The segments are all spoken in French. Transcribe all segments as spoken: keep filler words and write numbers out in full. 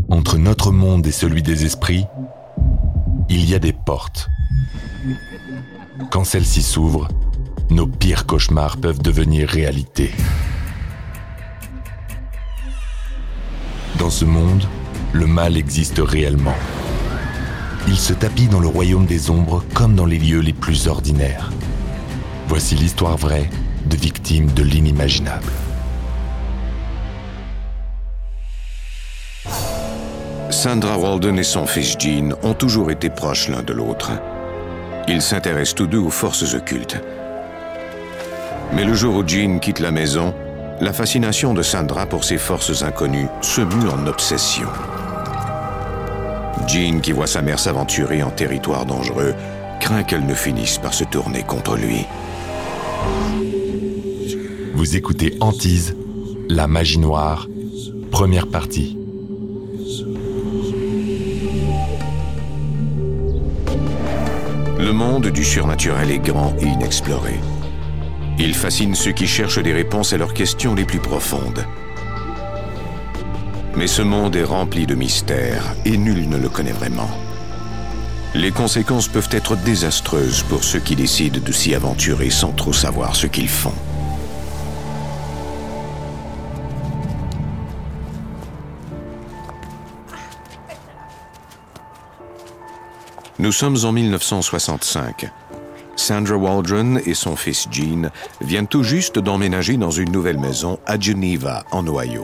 Entre notre monde et celui des esprits, il y a des portes. Quand celles-ci s'ouvrent, nos pires cauchemars peuvent devenir réalité. Dans ce monde, le mal existe réellement. Il se tapit dans le royaume des ombres comme dans les lieux les plus ordinaires. Voici l'histoire vraie de victimes de l'inimaginable. Sandra Walden et son fils Gene ont toujours été proches l'un de l'autre. Ils s'intéressent tous deux aux forces occultes. Mais le jour où Gene quitte la maison, la fascination de Sandra pour ces forces inconnues se mue en obsession. Gene, qui voit sa mère s'aventurer en territoire dangereux, craint qu'elle ne finisse par se tourner contre lui. Vous écoutez Antise, la magie noire, première partie. Le monde du surnaturel est grand et inexploré. Il fascine ceux qui cherchent des réponses à leurs questions les plus profondes. Mais ce monde est rempli de mystères et nul ne le connaît vraiment. Les conséquences peuvent être désastreuses pour ceux qui décident de s'y aventurer sans trop savoir ce qu'ils font. Nous sommes en mille neuf cent soixante-cinq. Sandra Waldron et son fils Gene viennent tout juste d'emménager dans une nouvelle maison à Geneva, en Ohio.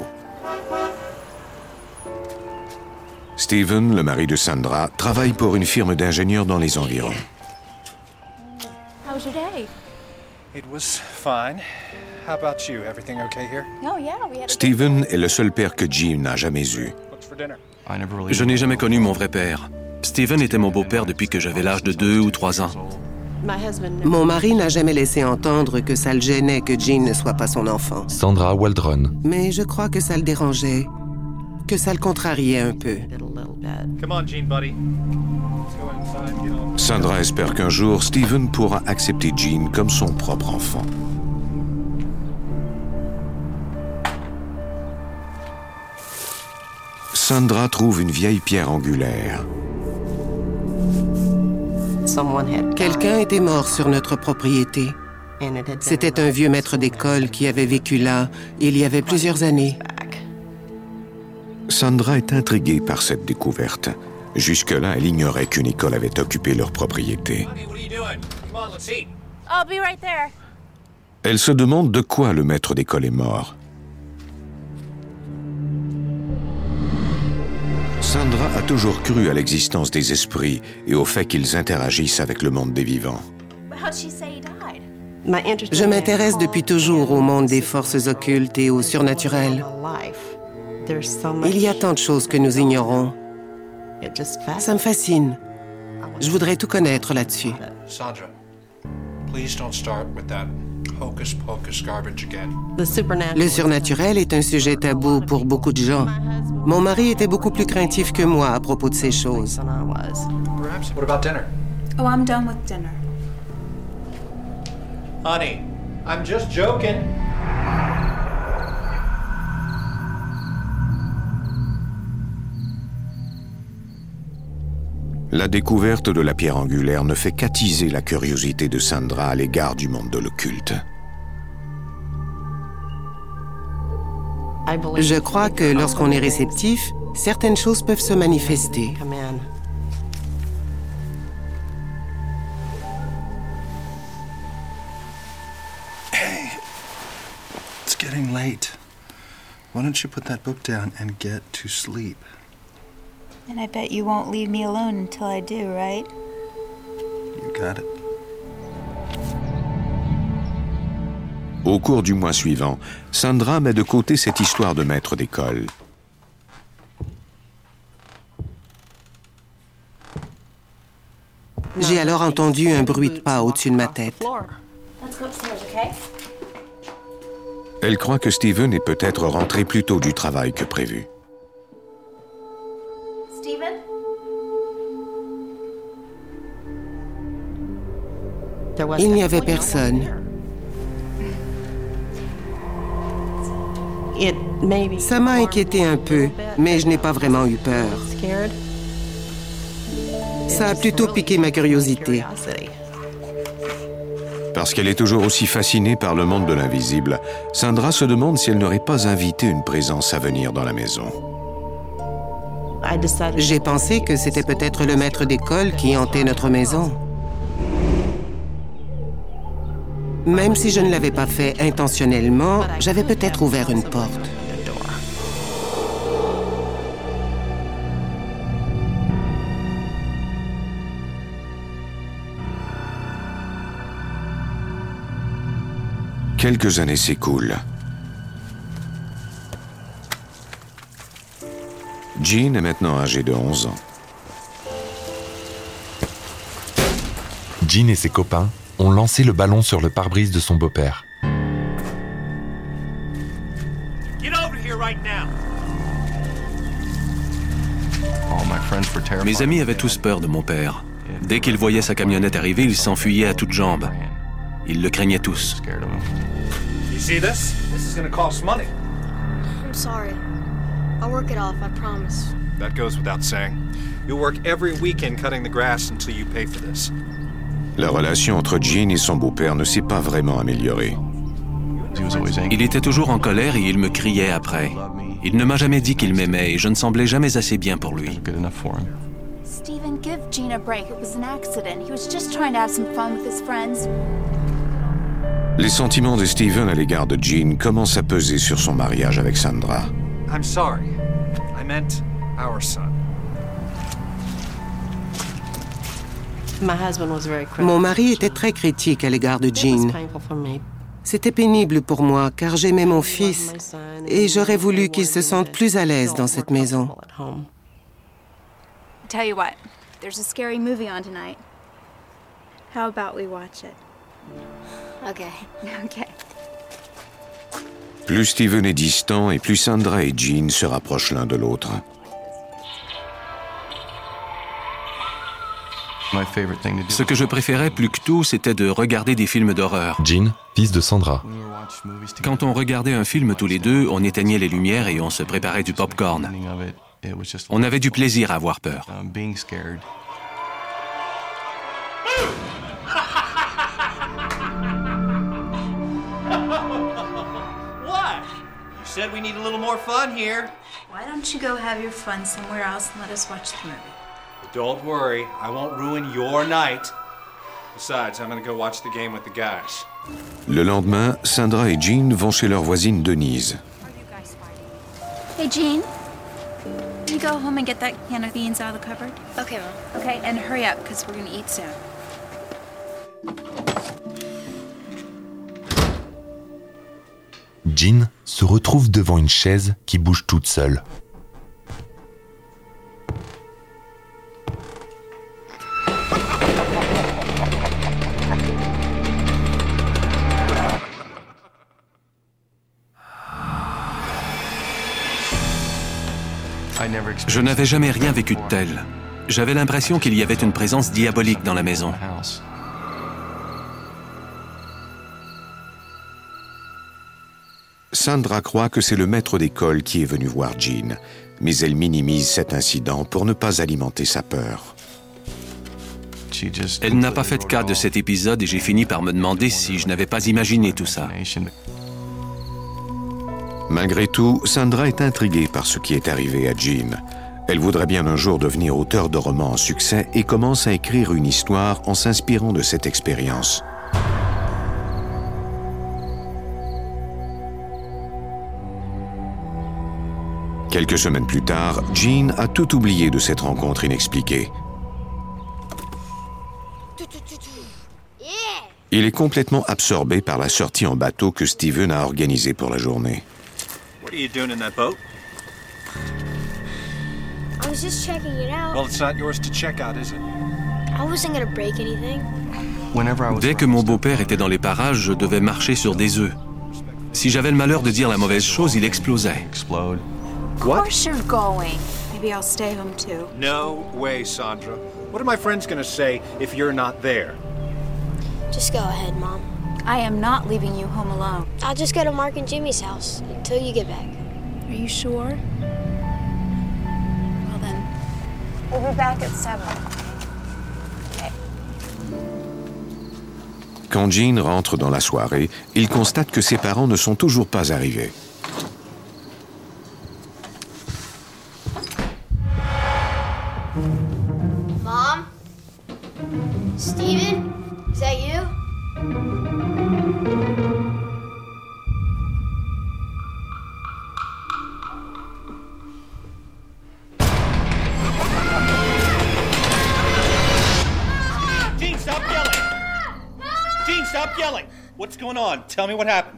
Stephen, le mari de Sandra, travaille pour une firme d'ingénieurs dans les environs. How was your day? It was fine. How about you? Everything okay here? Oh yeah, we had a Stephen est le seul père que Gene n'a jamais eu. What's for dinner? Je n'ai jamais connu mon vrai père. Steven était mon beau-père depuis que j'avais l'âge de deux ou trois ans. Mon mari n'a jamais laissé entendre que ça le gênait que Gene ne soit pas son enfant. Sandra Waldron. Mais je crois que ça le dérangeait, que ça le contrariait un peu. Come on, Gene, buddy. Let's go inside, get all... Sandra espère qu'un jour, Stephen pourra accepter Gene comme son propre enfant. Sandra trouve une vieille pierre angulaire. Quelqu'un était mort sur notre propriété. C'était un vieux maître d'école qui avait vécu là il y avait plusieurs années. Sandra est intriguée par cette découverte. Jusque-là, elle ignorait qu'une école avait occupé leur propriété. I'll be right there. Elle se demande de quoi le maître d'école est mort. Sandra a toujours cru à l'existence des esprits et au fait qu'ils interagissent avec le monde des vivants. How'd she say he died? Je m'intéresse depuis toujours au monde des forces occultes et au surnaturel. Il y a tant de choses que nous ignorons. Ça me fascine. Je voudrais tout connaître là-dessus. Sandra, please don't start with that hocus pocus garbage again. Le surnaturel est un sujet tabou pour beaucoup de gens. Mon mari était beaucoup plus craintif que moi à propos de ces choses. Perhaps. What about dinner? Oh, I'm done with dinner. Honey, I'm just joking. La découverte de la pierre angulaire ne fait qu'attiser la curiosité de Sandra à l'égard du monde de l'occulte. Je crois que lorsqu'on est réceptif, certaines choses peuvent se manifester. Hey, it's getting late. Why don't you put that book down and get to sleep? And I bet you won't leave me alone until I do, right? You got it. Au cours du mois suivant, Sandra met de côté cette histoire de maître d'école. J'ai alors entendu un bruit de pas au-dessus de ma tête. Let's go upstairs, okay? Elle croit que Stephen est peut-être rentré plus tôt du travail que prévu. Steven? Il n'y avait personne. Ça m'a inquiété un peu, mais je n'ai pas vraiment eu peur. Ça a plutôt piqué ma curiosité. Parce qu'elle est toujours aussi fascinée par le monde de l'invisible, Sandra se demande si elle n'aurait pas invité une présence à venir dans la maison. J'ai pensé que c'était peut-être le maître d'école qui hantait notre maison. Même si je ne l'avais pas fait intentionnellement, j'avais peut-être ouvert une porte. Quelques années s'écoulent. Jean est maintenant âgé de onze ans. Jean et ses copains ont lancé le ballon sur le pare-brise de son beau-père. Mes amis avaient tous peur de mon père. Dès qu'ils voyaient sa camionnette arriver, ils s'enfuyaient à toutes jambes. Ils le craignaient tous. You see this? This is going to cost money. I'm sorry. I'll work it off, I promise. That goes without saying. You'll work every weekend cutting the grass until you pay for this. La relation entre Jean et son beau-père ne s'est pas vraiment améliorée. Il était toujours en colère et il me criait après. Il ne m'a jamais dit qu'il m'aimait et je ne semblais jamais assez bien pour lui. Steven, give Jean a break. It was an accident. He was just trying to have some fun with his friends. Les sentiments de Steven à l'égard de Jean commencent à peser sur son mariage avec Sandra. I'm sorry. I meant our son. Mon mari était très critique à l'égard de Jean. C'était pénible pour moi car j'aimais mon fils et j'aurais voulu qu'il se sente plus à l'aise dans cette maison. Tell you what, there's a scary movie on tonight. How about we watch it? Okay. Okay. Plus Steven est distant et plus Sandra et Jean se rapprochent l'un de l'autre. Ce que je préférais plus que tout, c'était de regarder des films d'horreur. Jean, fils de Sandra. Quand on regardait un film tous les deux, on éteignait les lumières et on se préparait du popcorn. On avait du plaisir à avoir peur. What? You said we need a little more fun here. Why don't you go have your fun somewhere else and let us watch the movie? Don't worry, I won't ruin your night. Besides, I'm going to go watch the game with the guys. Le lendemain, Sandra et Jean vont chez leur voisine Denise. Hey, Jean. Can you go home and get that can of beans out of the cupboard? Okay, Mom. Okay, and hurry up, because we're going to eat soon. Jean se retrouve devant une chaise qui bouge toute seule. Je n'avais jamais rien vécu de tel. J'avais l'impression qu'il y avait une présence diabolique dans la maison. Sandra croit que c'est le maître d'école qui est venu voir Jean, mais elle minimise cet incident pour ne pas alimenter sa peur. Elle n'a pas fait de cas de cet épisode et j'ai fini par me demander si je n'avais pas imaginé tout ça. Malgré tout, Sandra est intriguée par ce qui est arrivé à Jean. Elle voudrait bien un jour devenir auteure de romans en succès et commence à écrire une histoire en s'inspirant de cette expérience. Quelques semaines plus tard, Jean a tout oublié de cette rencontre inexpliquée. Il est complètement absorbé par la sortie en bateau que Steven a organisée pour la journée. What are you doing in that boat? I was just checking it out. Well, it's not yours to check out, is it? I wasn't gonna break anything. Dès que mon beau-père était dans les parages, je devais marcher sur des œufs. Si j'avais le malheur de dire la mauvaise chose, il explosait. Of course you're going. Maybe I'll stay home too. No way, Sandra. What are my friends going to say if you're not there? Just go ahead, Mom. I am not leaving you home alone. I'll just go to Mark and Jimmy's house until you get back. Are you sure? Well then, we'll be back at seven. Okay. Quand Jean rentre dans la soirée, il constate que ses parents ne sont toujours pas arrivés. Mom? Steven? Is that you? Jean, stop yelling! Jean, stop yelling! What's going on? Tell me what happened.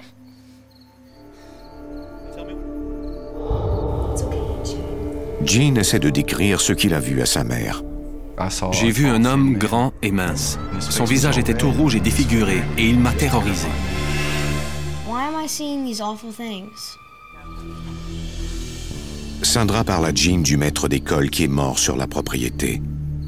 Tell me. It's okay, Jane. Jean essaie de décrire ce qu'il a vu à sa mère. J'ai vu un homme grand et mince. Son visage était tout rouge et défiguré, et il m'a terrorisé. Why am I seeing these awful things? Sandra parle à Jean du maître d'école qui est mort sur la propriété.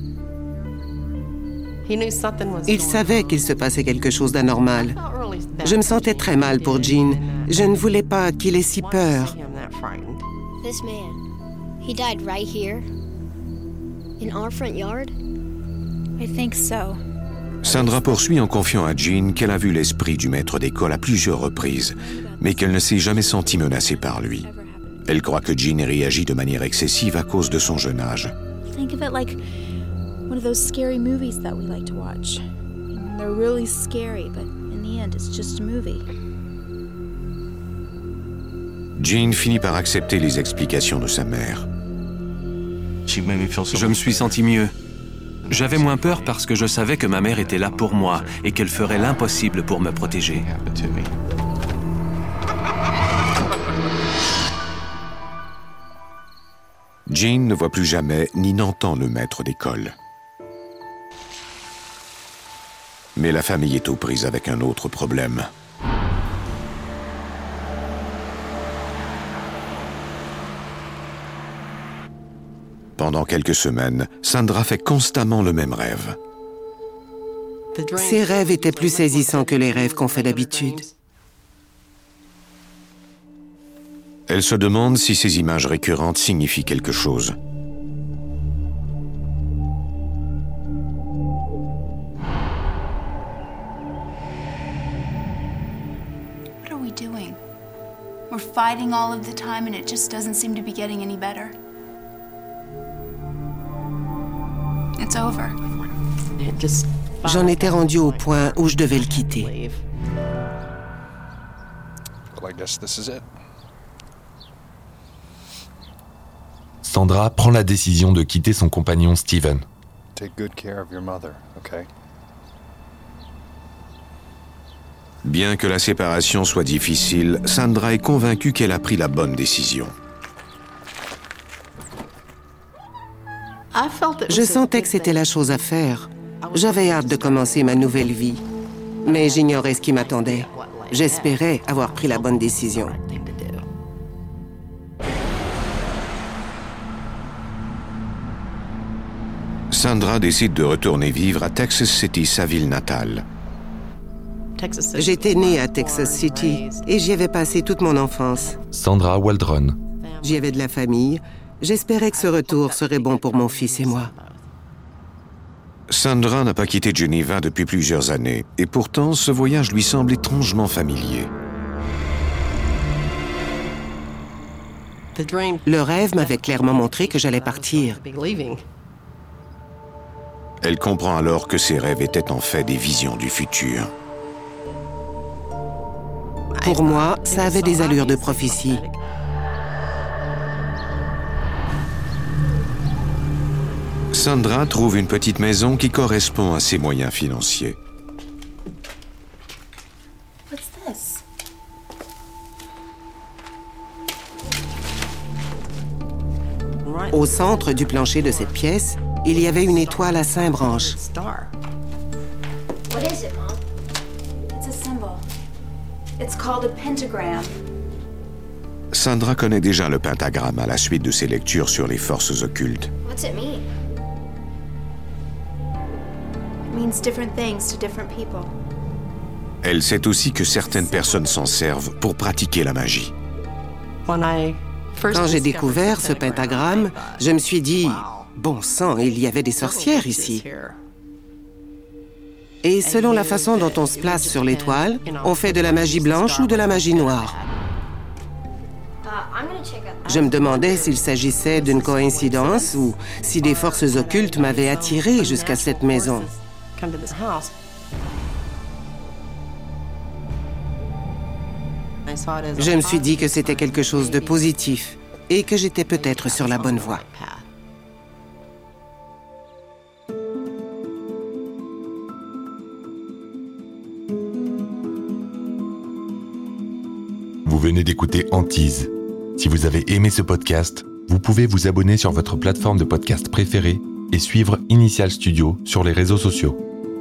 Il savait qu'il se passait quelque chose d'anormal. Je me sentais très mal pour Jean. Je ne voulais pas qu'il ait si peur. This man, he died right here? In our front yard? I think so. Sandra poursuit en confiant à Jean qu'elle a vu l'esprit du maître d'école à plusieurs reprises, mais qu'elle ne s'est jamais sentie menacée par lui. Elle croit que Jean réagit de manière excessive à cause de son jeune âge. Think of it like one of those scary movies that we like to watch. They're really scary, but in the end, it's just a movie. Jean finit par accepter les explications de sa mère. Je me suis senti mieux. J'avais moins peur parce que je savais que ma mère était là pour moi et qu'elle ferait l'impossible pour me protéger. Jean ne voit plus jamais ni n'entend le maître d'école. Mais la famille est aux prises avec un autre problème. Pendant quelques semaines, Sandra fait constamment le même rêve. Ces rêves étaient plus saisissants que les rêves qu'on fait d'habitude. Elle se demande si ces images récurrentes signifient quelque chose. What are we doing? We're fighting all of the time and it just doesn't seem to be getting any better. It's over. J'en étais rendu au point où je devais le quitter. Well, I guess this is it. Sandra prend la décision de quitter son compagnon Steven. Take good care of your mother, okay? Bien que la séparation soit difficile, Sandra est convaincue qu'elle a pris la bonne décision. Je sentais que c'était la chose à faire. J'avais hâte de commencer ma nouvelle vie. Mais j'ignorais ce qui m'attendait. J'espérais avoir pris la bonne décision. Sandra décide de retourner vivre à Texas City, sa ville natale. J'étais née à Texas City et j'y avais passé toute mon enfance. Sandra Waldron. J'y avais de la famille. J'espérais que ce retour serait bon pour mon fils et moi. Sandra n'a pas quitté Geneva depuis plusieurs années, et pourtant ce voyage lui semble étrangement familier. Le rêve m'avait clairement montré que j'allais partir. Elle comprend alors que ses rêves étaient en fait des visions du futur. Pour moi, ça avait des allures de prophétie. Sandra trouve une petite maison qui correspond à ses moyens financiers. What's this? Au centre du plancher de cette pièce, il y avait une étoile à cinq branches. What is it, Mom? It's a symbol. It's called a pentagram. Sandra connaît déjà le pentagramme à la suite de ses lectures sur les forces occultes. What's it mean? It means different things to different people. Elle sait aussi que certaines personnes s'en servent pour pratiquer la magie. Quand j'ai découvert ce pentagramme, je me suis dit, bon sang, il y avait des sorcières ici. Et selon la façon dont on se place sur l'étoile, on fait de la magie blanche ou de la magie noire. Je me demandais s'il s'agissait d'une coïncidence ou si des forces occultes m'avaient attiré jusqu'à cette maison. Je me suis dit que c'était quelque chose de positif et que j'étais peut-être sur la bonne voie. Vous venez d'écouter Antise. Si vous avez aimé ce podcast, vous pouvez vous abonner sur votre plateforme de podcast préférée et suivre Initial Studio sur les réseaux sociaux.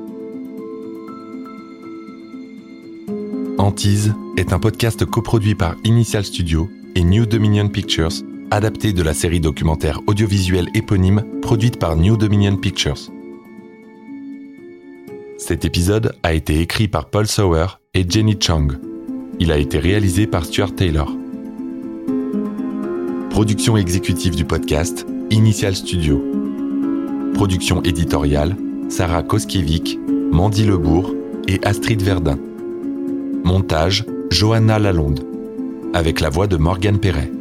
Antise est un podcast coproduit par Initial Studio et New Dominion Pictures, adapté de la série documentaire audiovisuelle éponyme produite par New Dominion Pictures. Cet épisode a été écrit par Paul Sauer et Jenny Chang. Il a été réalisé par Stuart Taylor. Production exécutive du podcast, Initial Studio. Production éditoriale, Sarah Koskiewicz, Mandy Lebourg et Astrid Verdun. Montage, Johanna Lalonde. Avec la voix de Morgane Perret.